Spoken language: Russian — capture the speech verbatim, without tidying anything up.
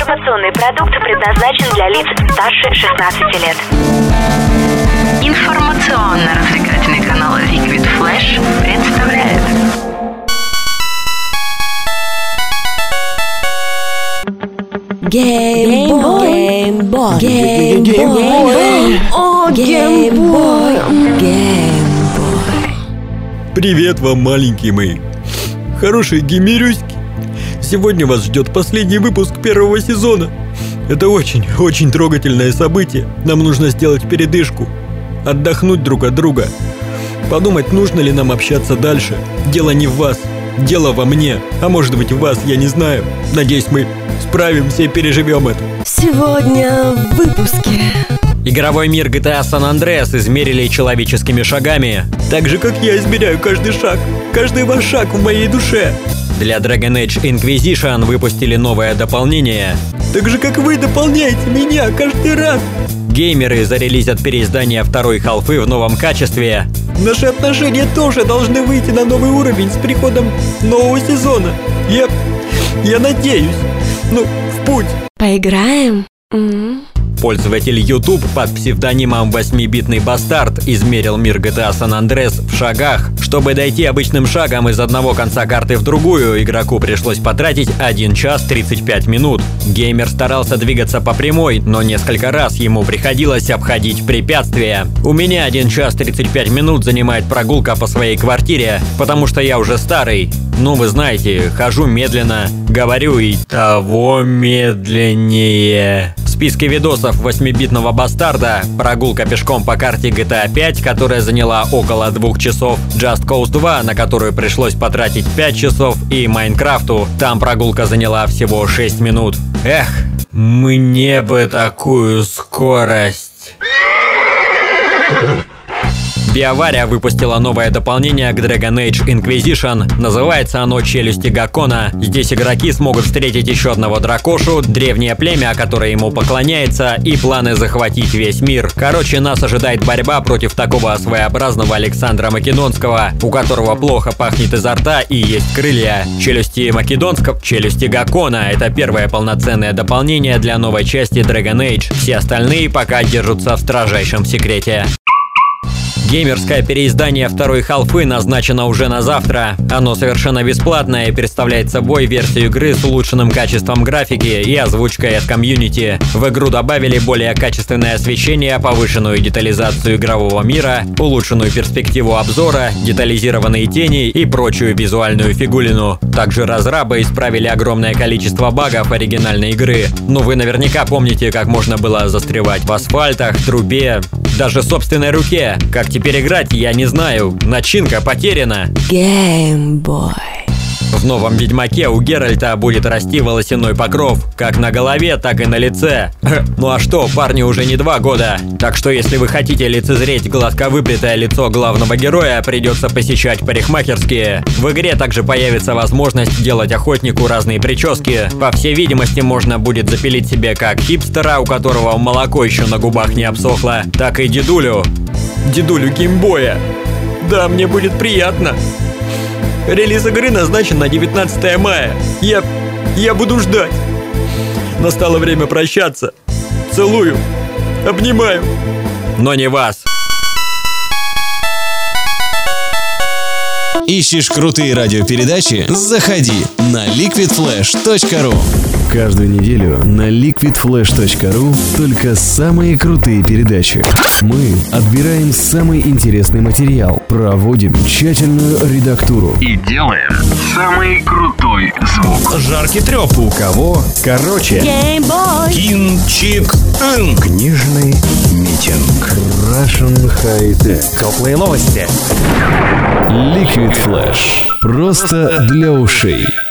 Информационный продукт предназначен для лиц старше шестнадцати лет. Информационно-развлекательный канал Liquid Flash представляет. Геймбой, геймбой, геймбой, о, геймбой, геймбой. Привет вам, маленькие мои. Хорошие геймерюськи. Сегодня вас ждет последний выпуск первого сезона. Это очень-очень трогательное событие. Нам нужно сделать передышку, отдохнуть друг от друга, подумать, нужно ли нам общаться дальше. Дело не в вас, дело во мне. А может быть, в вас, я не знаю. Надеюсь, мы справимся и переживем это. Сегодня в выпуске. Игровой мир джи ти эй San Andreas измерили человеческими шагами. Так же, как я измеряю каждый шаг, каждый ваш шаг в моей душе. Для Dragon Age Inquisition выпустили новое дополнение. Так же, как вы дополняете меня каждый раз. Геймеры зарелизят переиздание второй халфы в новом качестве. Наши отношения тоже должны выйти на новый уровень с приходом нового сезона. Я... я надеюсь. Ну, в путь. Поиграем? Mm-hmm. Пользователь YouTube под псевдонимом восьмибитный бастард измерил мир джи ти эй San Andreas в шагах. Чтобы дойти обычным шагом из одного конца карты в другую, игроку пришлось потратить один час тридцать пять минут. Геймер старался двигаться по прямой, но несколько раз ему приходилось обходить препятствия. У меня один час тридцать пять минут занимает прогулка по своей квартире, потому что я уже старый. Ну, вы знаете, хожу медленно, говорю и того медленнее. В списке видосов восьмибитного бастарда прогулка пешком по карте джи ти эй пять, которая заняла около двух часов, Just Cause два, на которую пришлось потратить пять часов, и Майнкрафту, там прогулка заняла всего шесть минут. Эх, мне бы такую скорость. BioWare выпустила новое дополнение к Dragon Age Inquisition. Называется оно «Челюсти Гакона». Здесь игроки смогут встретить еще одного дракошу, древнее племя, которое ему поклоняется, и планы захватить весь мир. Короче, нас ожидает борьба против такого своеобразного Александра Македонского, у которого плохо пахнет изо рта и есть крылья. Челюсти Македонского, челюсти Гакона — это первое полноценное дополнение для новой части Dragon Age. Все остальные пока держатся в строжайшем секрете. Геймерское переиздание второй халфы назначено уже на завтра. Оно совершенно бесплатное и представляет собой версию игры с улучшенным качеством графики и озвучкой от комьюнити. В игру добавили более качественное освещение, повышенную детализацию игрового мира, улучшенную перспективу обзора, детализированные тени и прочую визуальную фигулину. Также разрабы исправили огромное количество багов оригинальной игры. Но вы наверняка помните, как можно было застревать в асфальтах, трубе, даже собственной руке. Как теперь играть, я не знаю. Начинка потеряна. Геймбой. В новом Ведьмаке у Геральта будет расти волосяной покров, как на голове, так и на лице. Ну а что, парню уже не два года. Так что если вы хотите лицезреть гладко выбритое лицо главного героя, придется посещать парикмахерские. В игре также появится возможность делать охотнику разные прически. По всей видимости, можно будет запилить себе как хипстера, у которого молоко еще на губах не обсохло, так и дедулю. Дедулю геймбоя. Да, мне будет приятно. Релиз игры назначен на девятнадцатое мая. Я... я буду ждать. Настало время прощаться. Целую. Обнимаю. Но не вас. Ищешь крутые радиопередачи? Заходи на ликвид флэш точка ру. Каждую неделю на ликвид флэш точка ру только самые крутые передачи. Мы отбираем самый интересный материал, проводим тщательную редактуру и делаем самый крутой звук. Жаркий трёп. У кого? Короче. Геймбой. Кинчик. Книжный митинг. Russian High Tech. Теплые новости. Liquid Flash. Просто для ушей.